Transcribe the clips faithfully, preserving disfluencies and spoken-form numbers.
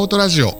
音ラジオ。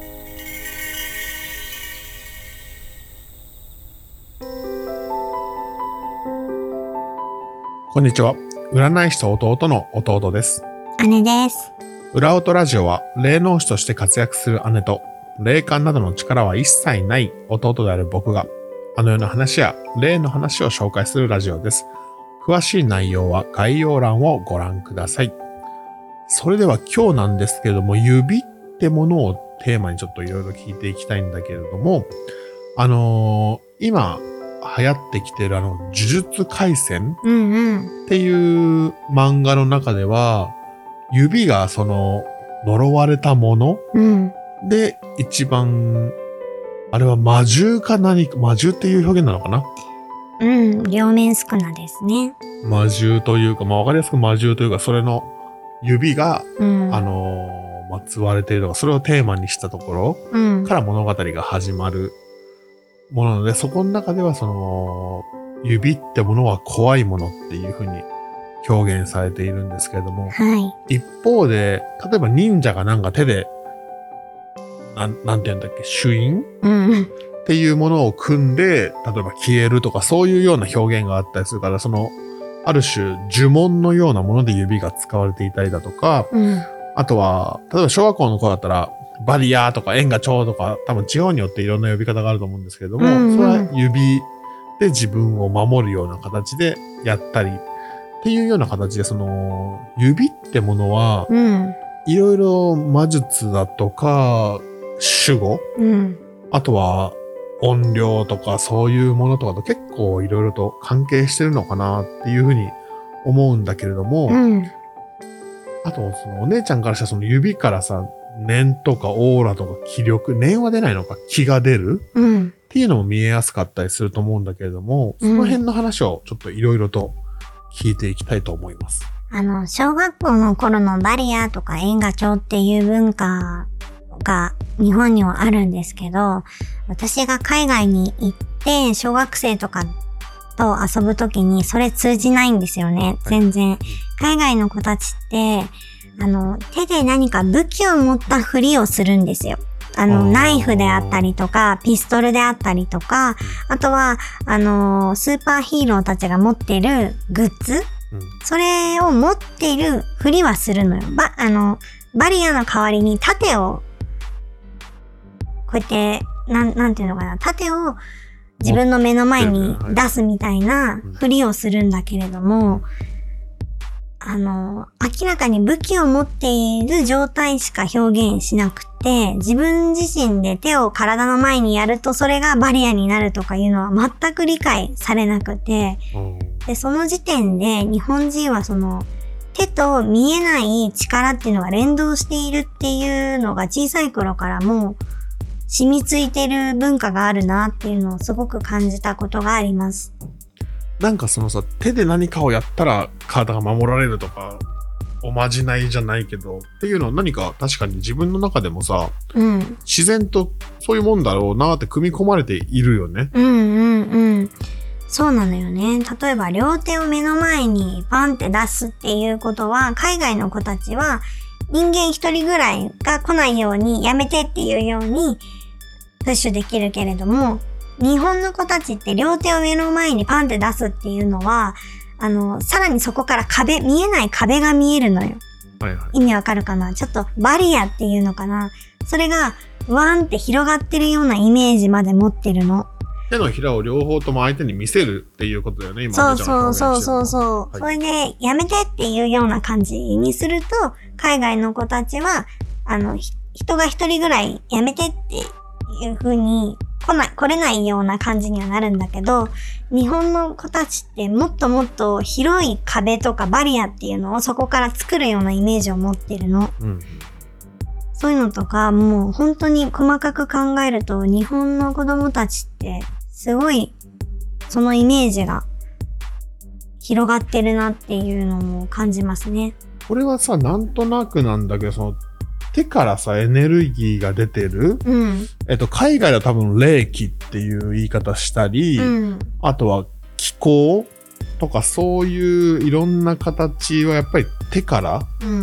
こんにちは。占い師と弟の弟です。 姉です。 裏音ラジオは霊能師として活躍する姉と霊感などの力は一切ない弟である僕があの世の話や霊の話を紹介するラジオです。詳しい内容は概要欄をご覧ください。それでは今日なんですけれども、指ってものをテーマにちょっといろいろ聞いていきたいんだけれども、あのー、今流行ってきてるあの呪術廻戦っていう漫画の中では、指がその呪われたもの、うん、で一番あれは魔獣か何か、魔獣っていう表現なのかな。 うん、両面宿儺ですね。 魔獣というか、まあわかりやすく魔獣というか、それの指が、うん、あのー、祀られているとか、それをテーマにしたところから物語が始まるものなので、そこの中ではその指ってものは怖いものっていうふうに表現されているんですけれども、はい、一方で例えば忍者がなんか手でな ん, なんて言うんだっけ、朱印、うん、っていうものを組んで例えば消えるとか、そういうような表現があったりするから、そのある種呪文のようなもので指が使われていたりだとか、うん、あとは例えば小学校の頃だったらバリアーとか円が蝶とか、多分地方によっていろんな呼び方があると思うんですけれども、うんうん、それは指で自分を守るような形でやったりっていうような形で、その指ってものは、いろいろ魔術だとか守護、うん、あとは怨霊とかそういうものとかと結構いろいろと関係してるのかなっていうふうに思うんだけれども、うん、あとそのお姉ちゃんからしたらその指からさ、念とかオーラとか気力、念は出ないのか気が出る、うん、っていうのも見えやすかったりすると思うんだけれども、その辺の話をちょっといろいろと聞いていきたいと思います。 あの、小学校の頃のバリアとか円が蝶っていう文化が日本にはあるんですけど、私が海外に行って小学生とかと遊ぶときにそれ通じないんですよね、全然。はい、海外の子たちって、あの、手で何か武器を持ったふりをするんですよ。あの、ナイフであったりとか、ピストルであったりとか、あとは、あの、スーパーヒーローたちが持ってるグッズ、うん、それを持っているふりはするのよ。ば、あの、バリアの代わりに盾を、こうやって、なん、なんていうのかな、盾を自分の目の前に出すみたいなふりをするんだけれども、あの、明らかに武器を持っている状態しか表現しなくて、自分自身で手を体の前にやるとそれがバリアになるとかいうのは全く理解されなくて、で、その時点で日本人はその手と見えない力っていうのが連動しているっていうのが小さい頃からもう染みついてる文化があるなっていうのをすごく感じたことがあります。 なんかそのさ、手で何かをやったら体が守られるとか、おまじないじゃないけどっていうのは何か確かに自分の中でもさ、うん、自然とそういうもんだろうなって組み込まれているよね。 うんうんうん。そうなのよね。例えば両手を目の前にパンって出すっていうことは、海外の子たちは人間一人ぐらいが来ないようにやめてっていうようにプッシュできるけれども、日本の子たちって両手を目の前にパンって出すっていうのは、あの、さらにそこから壁、見えない壁が見えるのよ。はいはい、意味わかるかな？ちょっとバリアっていうのかな？それがワンって広がってるようなイメージまで持ってるの。 手のひらを両方とも相手に見せるっていうことだよね、今そうそうそうそうそう、はい。それで、やめてっていうような感じにすると、海外の子たちは、あの、人が一人ぐらいやめてっていう風に、来ない、来れないような感じにはなるんだけど、日本の子たちってもっともっと広い壁とかバリアっていうのをそこから作るようなイメージを持ってるの。うん、そういうのとか、もう本当に細かく考えると、日本の子供たちってすごいそのイメージが広がってるなっていうのも感じますね。 これはさ、なんとなくなんだけど、その手からさ、エネルギーが出てる、うん、えっと、海外では多分霊気っていう言い方したり、うん、あとは気候とかそういういろんな形はやっぱり手から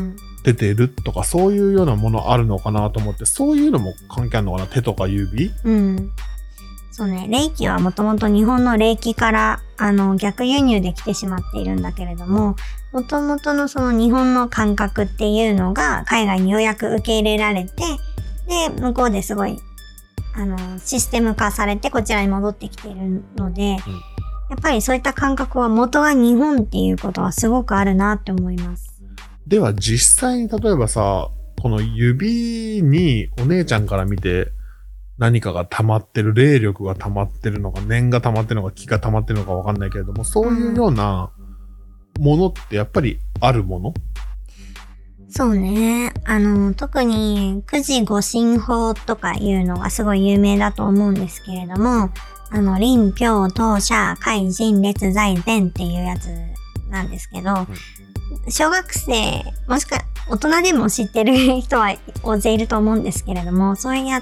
出てるとか、そういうようなものあるのかなと思って、そういうのも関係あるのかな、手とか指。 うん。そうね、霊気はもともと日本の霊気から、あの、逆輸入で来てしまっているんだけれども、もともとのその日本の感覚っていうのが海外にようやく受け入れられて、で、向こうですごい、あの、システム化されてこちらに戻ってきているので、うん、やっぱりそういった感覚は元が日本っていうことはすごくあるなって思います。 では実際に例えばさ、この指にお姉ちゃんから見て何かが溜まってる、霊力が溜まってるのか、念が溜まってるのか、気が溜まってるのかわかんないけれども、そういうようなものってやっぱりあるもの？ うん、そうね。あの、特に九字五神法とかいうのがすごい有名だと思うんですけれども、あの、臨、氷、当、社、海、人、列、在、善っていうやつなんですけど、うん小学生、もしくは大人でも知ってる人は大勢いると思うんですけれども、そうやって、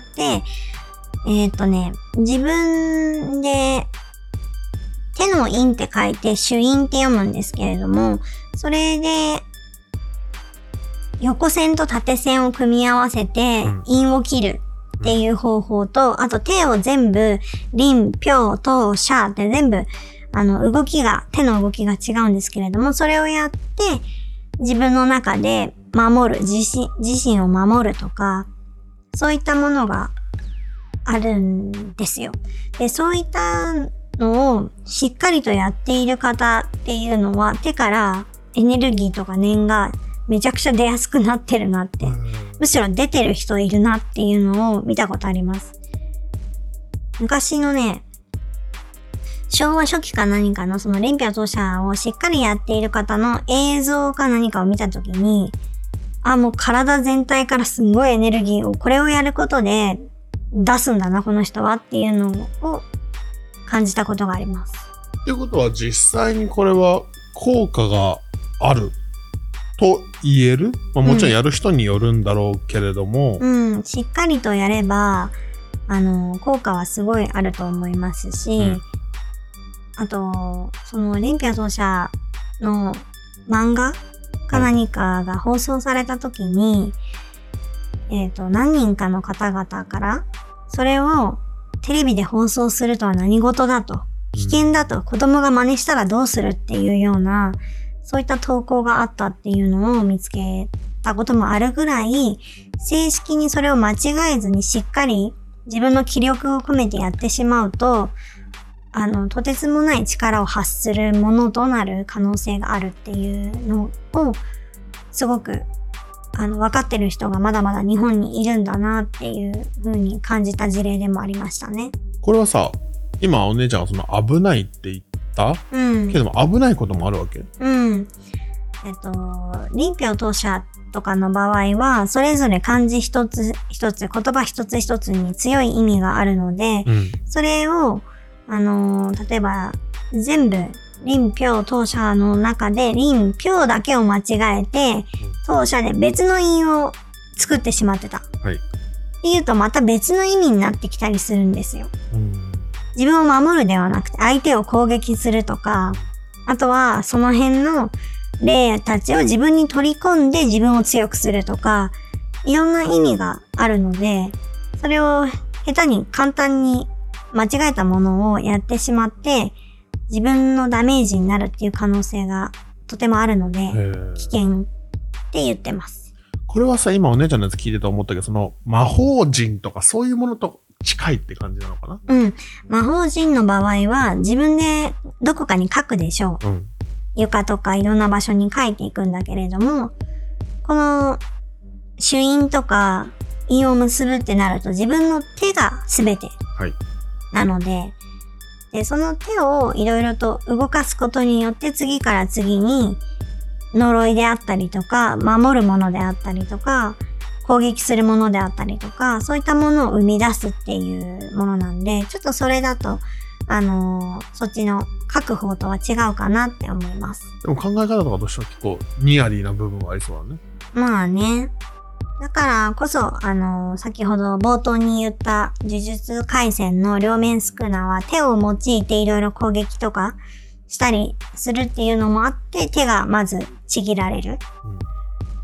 えっとね、自分で手の印って書いて主印って読むんですけれども、それで横線と縦線を組み合わせて印を切るっていう方法と、あと手を全部臨、氷、当、社って全部あの、動きが、手の動きが違うんですけれども、それをやって、自分の中で守る、自身、自身を守るとか、そういったものがあるんですよ。で、そういったのをしっかりとやっている方っていうのは、手からエネルギーとか念がめちゃくちゃ出やすくなってるなって、むしろ出てる人いるなっていうのを見たことあります。昔のね、昭和初期か何かのその連氷当社をしっかりやっている方の映像か何かを見たときに、あ、もう体全体からすんごいエネルギーをこれをやることで出すんだな、この人はっていうのを感じたことがあります。 ってことは実際にこれは効果があると言える？まあ、もちろんやる人によるんだろうけれども。 うん、うん、しっかりとやれば、あの、効果はすごいあると思いますし、うんあと、その、連氷当社の漫画か何かが放送されたときに、えっと、何人かの方々から、それをテレビで放送するとは何事だと、危険だと、子供が真似したらどうするっていうような、そういった投稿があったっていうのを見つけたこともあるぐらい、正式にそれを間違えずにしっかり自分の気力を込めてやってしまうと、あの、とてつもない力を発するものとなる可能性があるっていうのを、すごく、あの、分かってる人がまだまだ日本にいるんだなっていう風に感じた事例でもありましたね。 これはさ、今お姉ちゃんはその危ないって言ったうん。けども危ないこともあるわけ？ うん。えっと、臨氷当社とかの場合は、それぞれ漢字一つ一つ、言葉一つ一つに強い意味があるので、うん、それをあのー、例えば、全部、臨氷当社の中で、臨氷だけを間違えて、当社で別の印を作ってしまってた。はい。っていうと、また別の意味になってきたりするんですよ。うん、自分を守るではなくて、相手を攻撃するとか、あとは、その辺の霊たちを自分に取り込んで自分を強くするとか、いろんな意味があるので、それを下手に簡単に間違えたものをやってしまって自分のダメージになるっていう可能性がとてもあるので危険って言ってます。 これはさ、今お姉ちゃんのやつ聞いてて思ったけど、その魔法陣とかそういうものと近いって感じなのかな？ うん。魔法陣の場合は自分でどこかに書くでしょう。うん、床とかいろんな場所に書いていくんだけれども、この朱印とか印を結ぶってなると自分の手が全て。はい。なので、で、その手をいろいろと動かすことによって次から次に呪いであったりとか、守るものであったりとか、攻撃するものであったりとか、そういったものを生み出すっていうものなんで、ちょっとそれだと、あのー、そっちの書く方とは違うかなって思います。 でも考え方とかとしては結構ニアリーな部分はありそうだね。 まあね。だからこそ、あのー、先ほど冒頭に言った呪術廻戦の両面スクナは手を用いていろいろ攻撃とかしたりするっていうのもあって、手がまずちぎられる。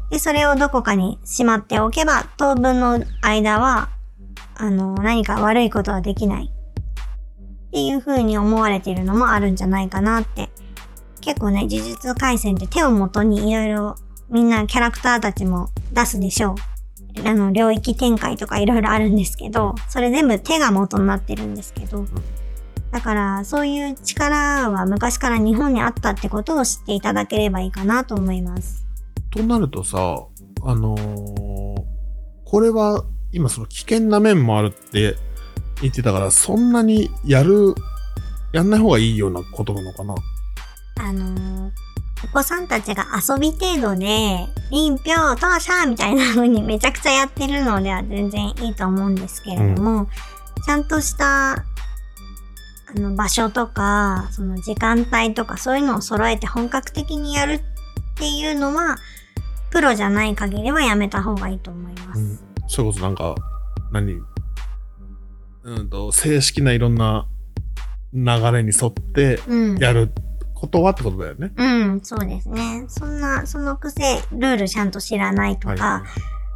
で、それをどこかにしまっておけば、当分の間は、あの、何か悪いことはできない。っていう風に思われているのもあるんじゃないかなって。結構ね、呪術廻戦って手を元にいろいろみんなキャラクターたちも出すでしょう。あの、領域展開とかいろいろあるんですけど、それ全部手が元になってるんですけど、だからそういう力は昔から日本にあったってことを知っていただければいいかなと思います。 となるとさ、あのー、これは今その危険な面もあるって言ってたから、そんなにやる、やんない方がいいようなことなのかな？ あのー、お子さんたちが遊び程度で、臨票、当社みたいな風にめちゃくちゃやってるのでは全然いいと思うんですけれども、うん、ちゃんとした、あの、場所とか、その時間帯とかそういうのを揃えて本格的にやるっていうのは、プロじゃない限りはやめた方がいいと思います。うん、 それこそなんか、何うんと、正式ないろんな流れに沿ってやることはってことだよね。 うん、うん、そうですね。そんな、そのくせ、ルールちゃんと知らないとか、はい、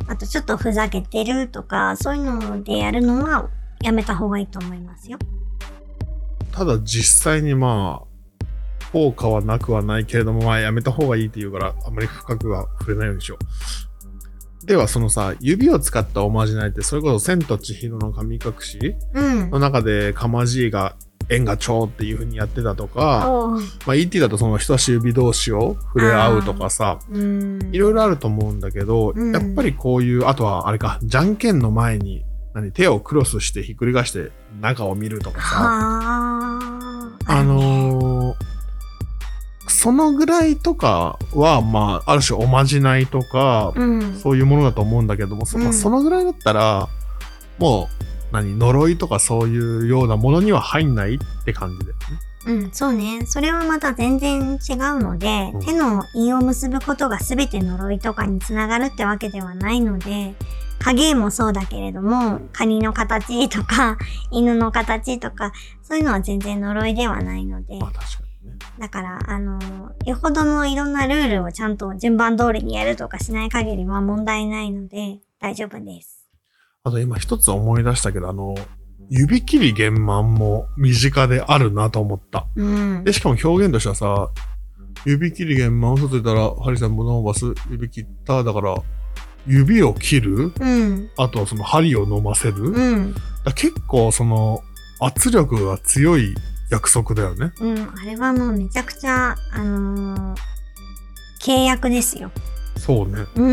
あとちょっとふざけてるとか、そういうのでやるのはやめた方がいいと思いますよ。 ただ実際にまあ、効果はなくはないけれども、まあやめた方がいいって言うから、あんまり深くは触れないようにしよう。ではそのさ、指を使ったおまじないって、それこそ千と千尋の神隠しの中で、かまじいが縁が長っていう風にやってたとか、まあ イーティー だとその人差し指同士を触れ合うとかさ、いろいろあると思うんだけど、やっぱりこういう、あとはあれか、じゃんけんの前に、何手をクロスしてひっくり返して中を見るとかさ、あのー、そのぐらいとかはまあある種おまじないとか、うん、そういうものだと思うんだけども、そ, まあ、そのぐらいだったらもう何呪いとかそういうようなものには入んないって感じだよね。 うん、そうね。それはまた全然違うので、うん、手の印を結ぶことが全て呪いとかにつながるってわけではないので、影もそうだけれども、カニの形とか、犬の形とか、そういうのは全然呪いではないので。 まあ確かにね。 だから、あの、よほどのいろんなルールをちゃんと順番通りにやるとかしない限りは問題ないので、大丈夫です。 あと今一つ思い出したけど、あの、指切り玄満も身近であるなと思った。うん。で、しかも表現としてはさ、指切り玄満嘘ついたら、ハリさん物を伸ばす、指切った、だから、指を切る、うん、あとはその針を飲ませる、うん、だ結構その圧力が強い約束だよね。 うん、あれはもうめちゃくちゃ、あのー、契約ですよ。 そうね。 うん、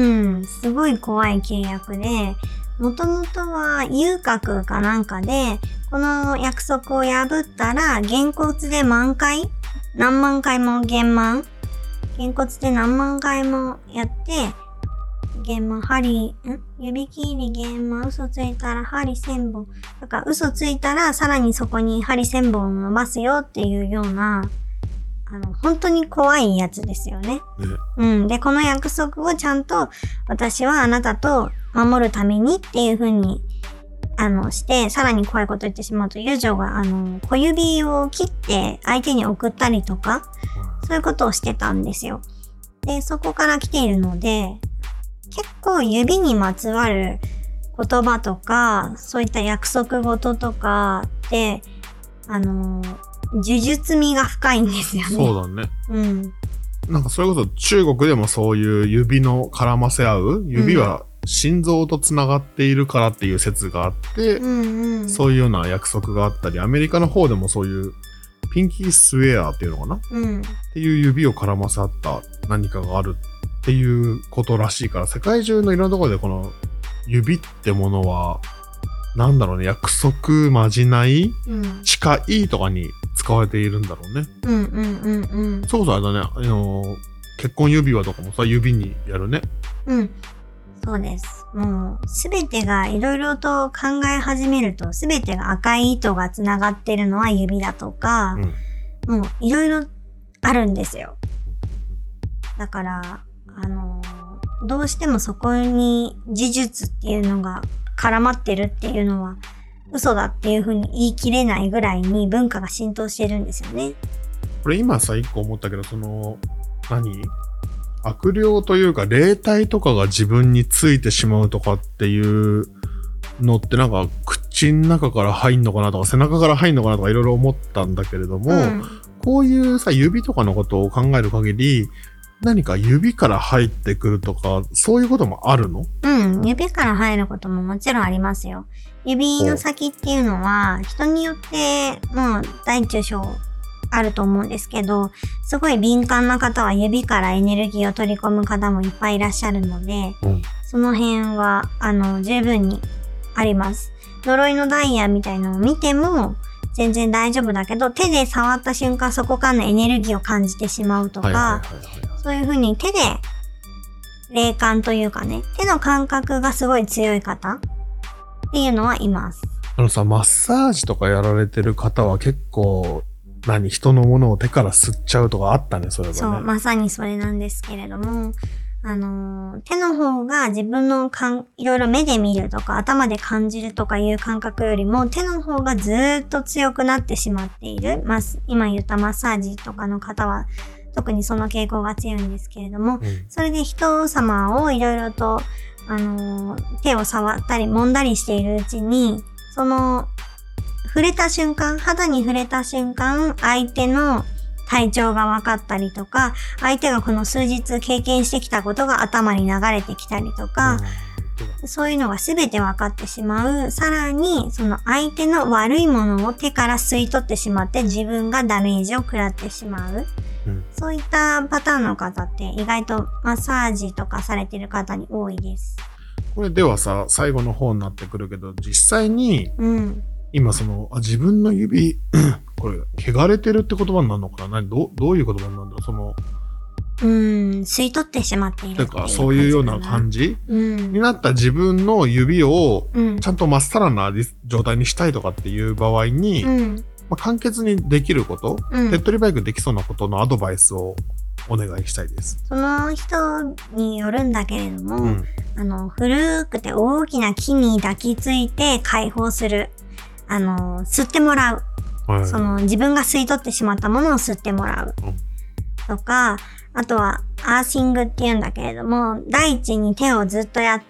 すごい怖い契約で、もともとは遊郭かなんかで、この約束を破ったら、げんこつで満回何万回も玄満げんこつで何万回もやって、玄満、針、ん指切り玄満、嘘ついたら針千本。だから嘘ついたらさらにそこに針千本を伸ばすよっていうような、あの、本当に怖いやつですよね。うん。で、この約束をちゃんと私はあなたと守るためにっていう風に、あの、して、さらに怖いこと言ってしまうと、遊女が、あの、小指を切って相手に送ったりとか、そういうことをしてたんですよ。で、そこから来ているので、結構指にまつわる言葉とか、そういった約束事とかって、あの、呪術味が深いんですよね。 そうだね。 うん。 なんかそれこそ中国でもそういう指の絡ませ合う、指は心臓とつながっているからっていう説があって、うんうん、そういうような約束があったり、アメリカの方でもそういうピンキースウェアっていうのかな、うん、っていう指を絡ませ合った何かがあるっていうことらしいから、世界中のいろんなところでこの指ってものはなんだろうね、約束まじない、うん、誓いとかに使われているんだろうね。 うんうんうんうん。 そうそうあれだね、あの結婚指輪とかもさ指にやるね。 うん。そうです。もうすべてがいろいろと考え始めると、すべてが赤い糸がつながってるのは指だとか、うん、もういろいろあるんですよ。だから。あのー、どうしてもそこに呪術っていうのが絡まってるっていうのは嘘だっていう風に言い切れないぐらいに文化が浸透してるんですよね。 これ今さ一個思ったけど、その何悪霊というか霊体とかが自分についてしまうとかっていうのってなんか口の中から入んのかなとか背中から入んのかなとかいろいろ思ったんだけれども、うん、こういうさ指とかのことを考える限り何か指から入ってくるとかそういうこともあるの？ うん、指から入ることももちろんありますよ。指の先っていうのは人によってもう大中小あると思うんですけど、すごい敏感な方は指からエネルギーを取り込む方もいっぱいいらっしゃるので、うん、その辺はあの十分にあります。呪いのダイヤみたいなのを見ても全然大丈夫だけど、手で触った瞬間そこからのエネルギーを感じてしまうとか、そういう風に手で霊感というかね、手の感覚がすごい強い方っていうのはいます。 あのさ、マッサージとかやられてる方は結構何人のものを手から吸っちゃうとかあったね、それはね。 そう、まさにそれなんですけれども、あのー、手の方が自分の感、いろいろ目で見るとか頭で感じるとかいう感覚よりも手の方がずーっと強くなってしまっている。まあ、今言ったマッサージとかの方は特にその傾向が強いんですけれども、うん、それで人様をいろいろと、あのー、手を触ったり揉んだりしているうちに、その触れた瞬間、肌に触れた瞬間、相手の体調が分かったりとか、相手がこの数日経験してきたことが頭に流れてきたりとか、うん、そういうのが全て分かってしまう。さらに、その相手の悪いものを手から吸い取ってしまって自分がダメージを食らってしまう。うん、そういったパターンの方って意外とマッサージとかされてる方に多いです。 これではさ、最後の方になってくるけど、実際に、うん今そのあ自分の指これ汚れてるって言葉になるのかな、何どどういう言葉になるんだろう、そのうーん吸い取ってしまっているっていうかそういうような感じ、うん、になった自分の指をちゃんとまっさらな状態にしたいとかっていう場合に、うんまあ、簡潔にできること、うん、手っ取り早くできそうなことのアドバイスをお願いしたいです。 その人によるんだけれども、うん、あの古くて大きな木に抱きついて解放する。あの、吸ってもらう、はい。その自分が吸い取ってしまったものを吸ってもらう。うん、とか、あとはアーシングって言うんだけれども、大地に手をずっとやって、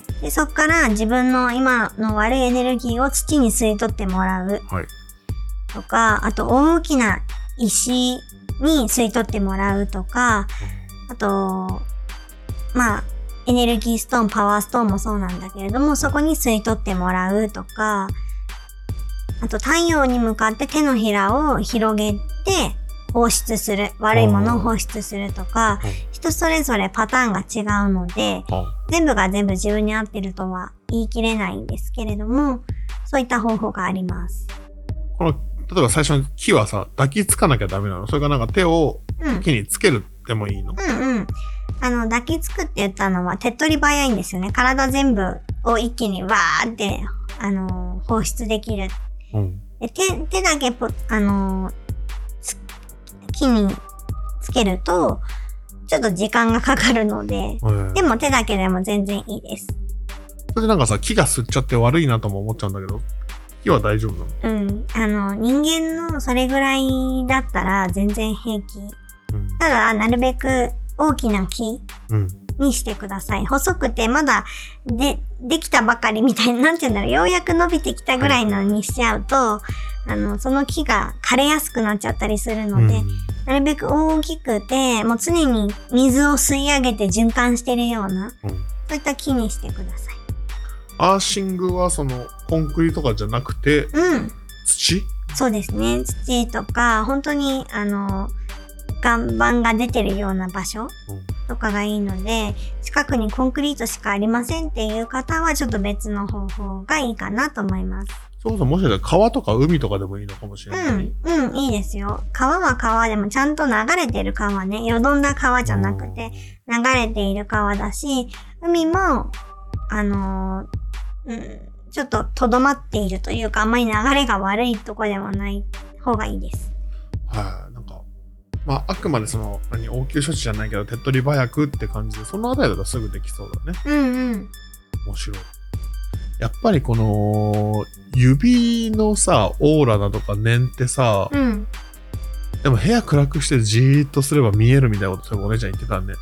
でそこから自分の今の悪いエネルギーを土に吸い取ってもらう。はい、とか、あと大きな石に吸い取ってもらうとか、あと、まあ、エネルギーストーン、パワーストーンもそうなんだけれども、そこに吸い取ってもらうとか、あと太陽に向かって手のひらを広げて放出する。悪いものを放出するとか、人それぞれパターンが違うので、全部が全部自分に合ってるとは言い切れないんですけれども、そういった方法があります。 この、例えば最初に木はさ、抱きつかなきゃダメなの？それかなんか手を木につけるってもいいの？ うんうん。あの、抱きつくって言ったのは手っ取り早いんですよね。体全部を一気にわーって、あのー、放出できる。うん、で 手, 手だけポあのー、木につけるとちょっと時間がかかるので、うん、でも手だけでも全然いいです。 それでなんかさ木が吸っちゃって悪いなとも思っちゃうんだけど、木は大丈夫なの？うんあの人間のそれぐらいだったら全然平気、うん、ただなるべく大きな木、うんにしてください。細くてまだで、できたばかりみたいになんて言うんだろう。ようやく伸びてきたぐらいのにしちゃうと、あの、その木が枯れやすくなっちゃったりするので、うん、なるべく大きくて、もう常に水を吸い上げて循環してるような、うん、そういった木にしてください。 アーシングはそのコンクリとかじゃなくて、うん、土？ そうですね。土とか、本当に、あの、岩盤が出てるような場所とかがいいので、近くにコンクリートしかありませんっていう方はちょっと別の方法がいいかなと思います。 そうそう、もしかしたら川とか海とかでもいいのかもしれない。 うん、うん、いいですよ。川は川でもちゃんと流れてる川ね、よどんだ川じゃなくて流れている川だし、海も、あのー、うん、ちょっととどまっているというか、あんまり流れが悪いとこではない方がいいです。 はい、なんかまあ、あくまでその何応急処置じゃないけど手っ取り早くって感じでそのあたりだとすぐできそうだね。 うんうん。 面白い。やっぱりこの指のさオーラだとか念ってさ、うん、でも部屋暗くしてじーっとすれば見えるみたいなことそういえばお姉ちゃん言ってたんで。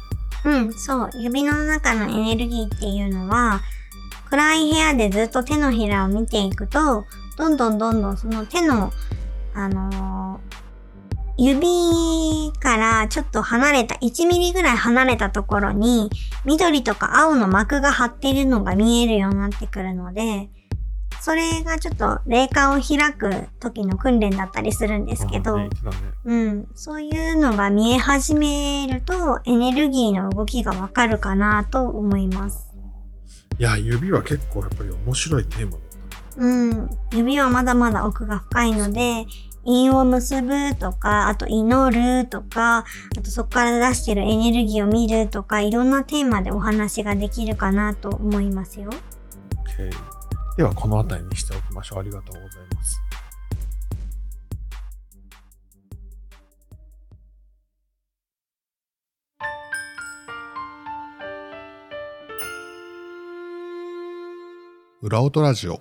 うん、そう。指の中のエネルギーっていうのは、暗い部屋でずっと手のひらを見ていくと、どんどんどんどんその手の、あのー、指からちょっと離れた、いちミリぐらい離れたところに、緑とか青の膜が張っているのが見えるようになってくるので、それがちょっと霊感を開く時の訓練だったりするんですけど、 ねね、 うん、そういうのが見え始めるとエネルギーの動きがわかるかなと思います。 いや、指は結構やっぱり面白いテーマだった。 うん、指はまだまだ奥が深いので、韻を結ぶとか、あと祈るとか、あとそこから出してるエネルギーを見るとか、いろんなテーマでお話ができるかなと思いますよ。 Okay. ではこの辺りにしておきましょう。ありがとうございます。裏音ラジオ。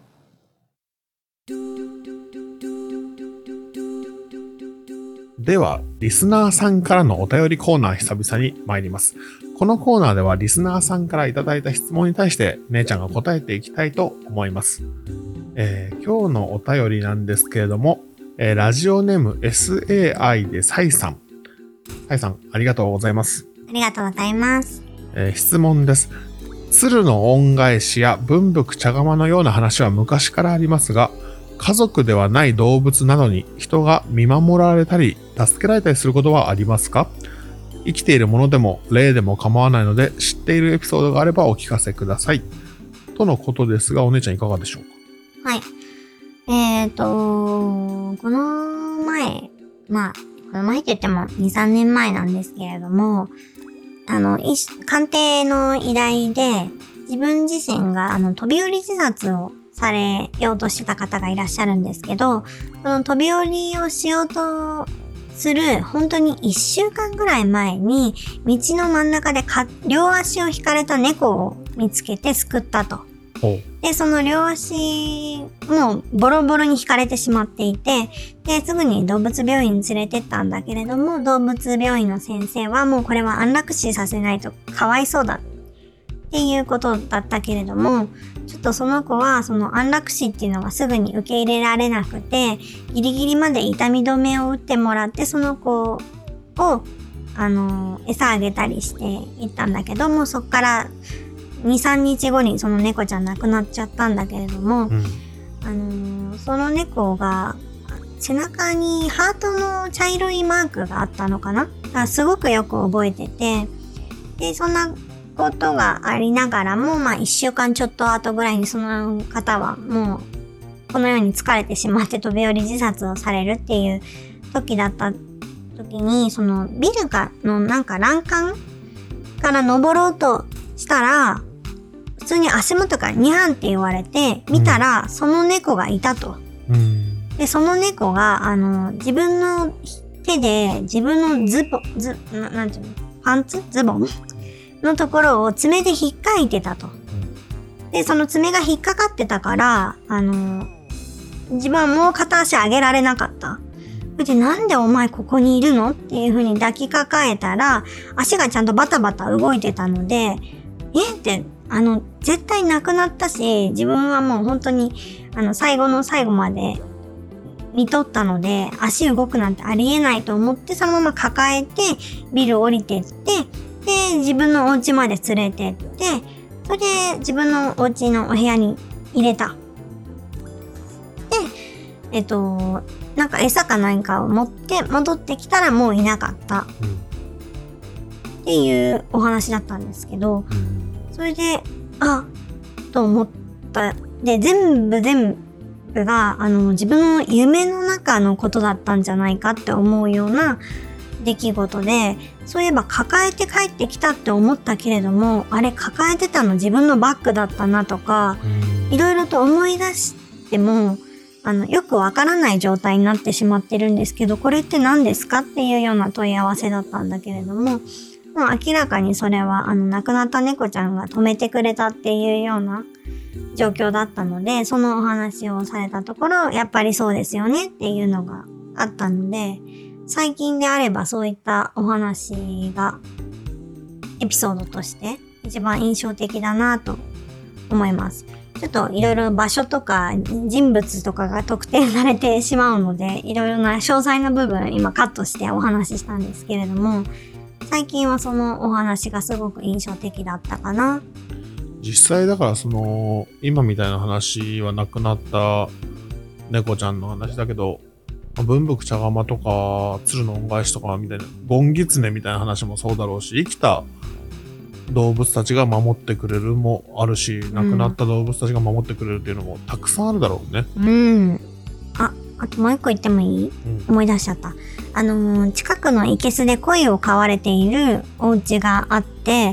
では、リスナーさんからのお便りコーナー久々に参ります。このコーナーではリスナーさんからいただいた質問に対して姉ちゃんが答えていきたいと思います。えー、今日のお便りなんですけれども、えー、ラジオネーム エスエーアイ でサイさん。サイさん、ありがとうございます。 ありがとうございます。 えー、質問です。鶴の恩返しや文福茶釜のような話は昔からありますが、家族ではない動物などに人が見守られたり助けられたりすることはありますか？生きているものでも霊でも構わないので、知っているエピソードがあればお聞かせください。とのことですが、お姉ちゃんいかがでしょうか？はい。えーと、この前、まあ、この前って言ってもに、さんねんまえなんですけれども、あの、鑑定の依頼で、自分自身があの飛び降り自殺をされようとしてた方がいらっしゃるんですけど、その飛び降りをしようとする本当にいっしゅうかんぐらい前に、道の真ん中でか両足を引かれた猫を見つけて救ったと。で、その両足もうボロボロに引かれてしまっていて、で、すぐに動物病院に連れてったんだけれども、動物病院の先生はもうこれは安楽死させないとかわいそうだっていうことだったけれども、ちょっとその子はその安楽死っていうのがすぐに受け入れられなくて、ギリギリまで痛み止めを打ってもらって、その子を、あの、餌あげたりしていったんだけども、そっからに、さんにちごにその猫ちゃん亡くなっちゃったんだけれども、うん、あの、その猫が背中にハートの茶色いマークがあったのかな？がすごくよく覚えてて、で、そんなことがありながらも、まあ一週間ちょっと後ぐらいにその方はもうこのように疲れてしまって飛び降り自殺をされるっていう時だった時に、そのビルがのなんか欄干から登ろうとしたら、普通に足元からにはんって言われて、見たらその猫がいたと。うん、で、その猫が、あの、自分の手で自分のズボン、ズ、な、なんていうの？パンツ？ズボン？のところを爪で引っかいてたと。で、その爪が引っかかってたから、あの、自分はもう片足上げられなかった。で、なんでお前ここにいるの？っていう風に抱きかかえたら、足がちゃんとバタバタ動いてたので、えって、あの、絶対なくなったし、自分はもう本当に、あの、最後の最後まで見とったので、足動くなんてありえないと思って、そのまま抱えて、ビル降りてって、で、自分のお家まで連れてって、それで自分のお家のお部屋に入れた。で、えっと、なんか餌か何かを持って戻ってきたらもういなかった。うん、っていうお話だったんですけど、うん、それで、あ、と思った。で、全部全部が、あの、自分の夢の中のことだったんじゃないかって思うような出来事で、そういえば抱えて帰ってきたって思ったけれども、あれ抱えてたの自分のバッグだったなとか、いろいろと思い出しても、あの、よくわからない状態になってしまってるんですけど、これって何ですかっていうような問い合わせだったんだけれども、もう明らかにそれは、あの、亡くなった猫ちゃんが止めてくれたっていうような状況だったので、そのお話をされたところ、やっぱりそうですよねっていうのがあったので、最近であればそういったお話がエピソードとして一番印象的だなと思います。ちょっといろいろ場所とか人物とかが特定されてしまうので、いろいろな詳細な部分今カットしてお話ししたんですけれども、最近はそのお話がすごく印象的だったかな。 実際だからその今みたいな話はなくなった猫ちゃんの話だけど、文福茶釜とか鶴の恩返しとかみたいなゴンギツネみたいな話もそうだろうし、生きた動物たちが守ってくれるもあるし、亡くなった動物たちが守ってくれるっていうのもたくさんあるだろうね。 うん。あ、あともう一個言ってもいい？うん、思い出しちゃった。あのー、近くの生けすで鯉を飼われているお家があって、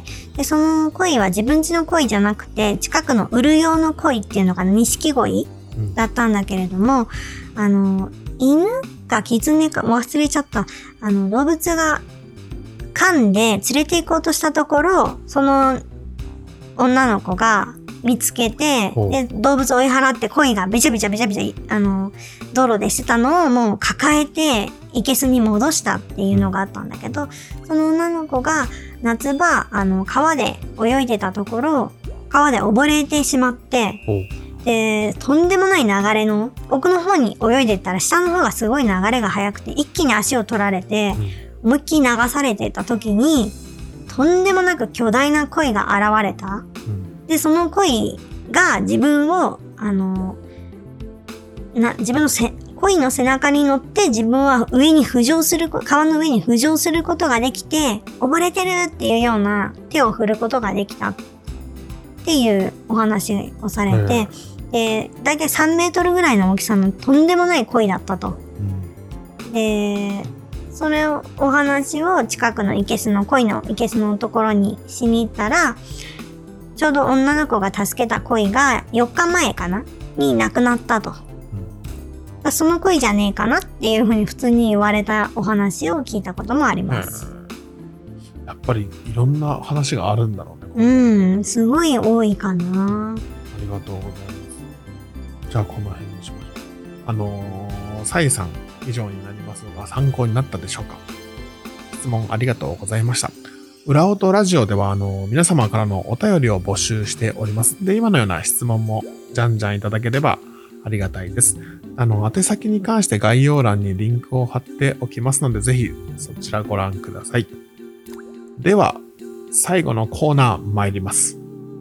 で、その鯉は自分家の鯉じゃなくて、近くの売る用の鯉っていうのかな、錦鯉だったんだけれども、うん、あのー、犬か狐か忘れちゃった。あの、動物が噛んで連れて行こうとしたところ、その女の子が見つけて、で、動物追い払って鯉がべちゃべちゃべちゃべちゃ、あの、道路でしてたのをもう抱えて、生けすに戻したっていうのがあったんだけど、その女の子が夏場、あの、川で泳いでたところ、川で溺れてしまって、で、とんでもない流れの、奥の方に泳いでったら、下の方がすごい流れが速くて、一気に足を取られて、うん、思いっきり流されてた時に、とんでもなく巨大な鯉が現れた。うん、で、その鯉が自分を、あの、な、自分のせ、鯉の背中に乗って自分は上に浮上する、川の上に浮上することができて、溺れてるっていうような手を振ることができたっていうお話をされて、うん、で、だいたいさんメートルぐらいの大きさのとんでもない鯉だったと。うん、で、それを、お話を近くの生けすの、鯉の生けすのところにしに行ったら、ちょうど女の子が助けた鯉がよっかまえかなに亡くなったと。うん、その鯉じゃねえかなっていうふうに普通に言われたお話を聞いたこともあります。 やっぱりいろんな話があるんだろうね。 うん、すごい多いかな。 ありがとうございます。じゃあこの辺にしましょう。あのー、サイさん以上になりますが参考になったでしょうか。質問ありがとうございました。裏音ラジオではあの皆様からのお便りを募集しております。で、今のような質問もじゃんじゃんいただければありがたいです。あの、宛先に関して概要欄にリンクを貼っておきますので、ぜひそちらご覧ください。では、最後のコーナー参ります。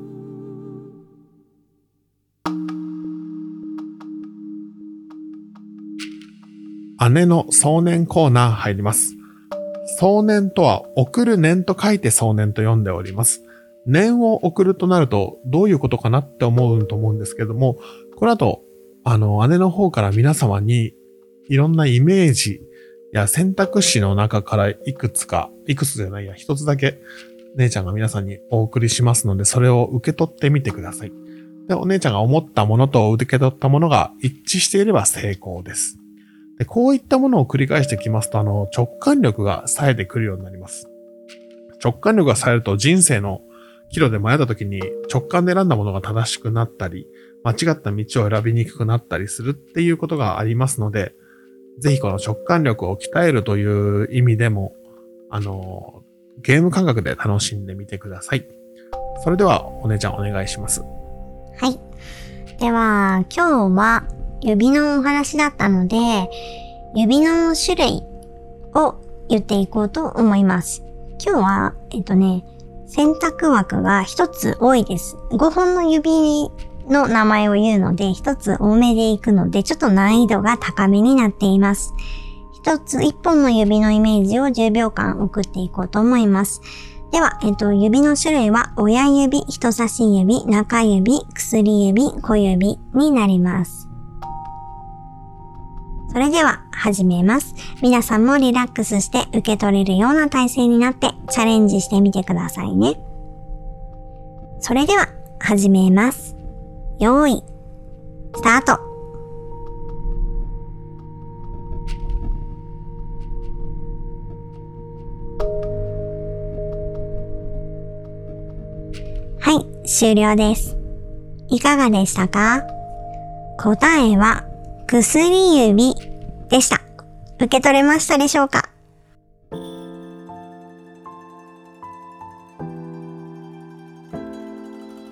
姉の想念コーナー入ります。想念とは送る念と書いて想念と読んでおります。念を送るとなるとどういうことかなって思うと思うんですけども、この後、あの、姉の方から皆様にいろんなイメージや選択肢の中からいくつか、いくつじゃないや、一つだけ姉ちゃんが皆さんにお送りしますので、それを受け取ってみてください。で、お姉ちゃんが思ったものと受け取ったものが一致していれば成功です。で、こういったものを繰り返してきますと、あの、直感力が冴えてくるようになります。直感力が冴えると人生の岐路で迷った時に直感で選んだものが正しくなったり、間違った道を選びにくくなったりするっていうことがありますので、ぜひこの直感力を鍛えるという意味でも、あの、ゲーム感覚で楽しんでみてください。それではお姉ちゃんお願いします。 はい。では、今日は指のお話だったので、指の種類を言っていこうと思います。今日は、えっとね、選択枠が一つ多いです。ごほんの指の名前を言うので、一つ多めでいくので、ちょっと難易度が高めになっています。一つ、一本の指のイメージをじゅうびょうかん送っていこうと思います。では、えっと、指の種類は、親指、人差し指、中指、薬指、小指になります。それでは、始めます。皆さんもリラックスして受け取れるような体勢になってチャレンジしてみてくださいね。それでは、始めます。よーい、スタート。はい、終了です。いかがでしたか？答えは、薬指でした。受け取れましたでしょうか？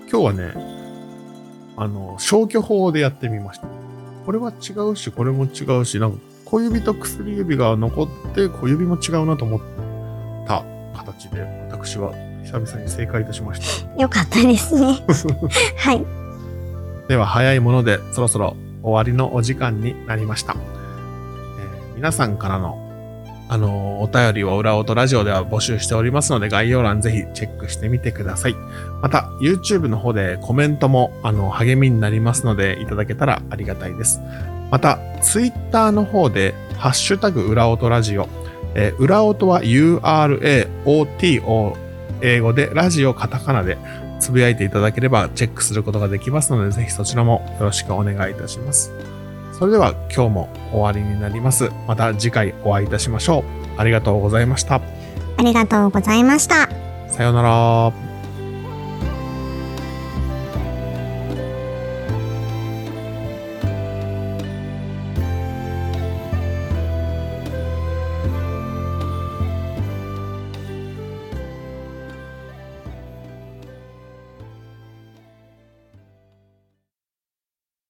今日はね、あの、消去法でやってみました。これは違うし、これも違うし、なんか小指と薬指が残って小指も違うなと思った形で、私は久々に正解いたしました。 よかったですね。はい。 では早いものでそろそろ終わりのお時間になりました。えー、皆さんからのあの、お便りを裏音ラジオでは募集しておりますので、概要欄ぜひチェックしてみてください。また、YouTube の方でコメントも、あの、励みになりますので、いただけたらありがたいです。また、Twitter の方で、ハッシュタグ裏音ラジオ、えー、裏音は ユーアールエーオーティーオー、英語で、ラジオカタカナで、つぶやいていただければチェックすることができますので、ぜひそちらもよろしくお願いいたします。それでは今日も終わりになります。また次回お会いいたしましょう。ありがとうございました。 ありがとうございました。 さようなら。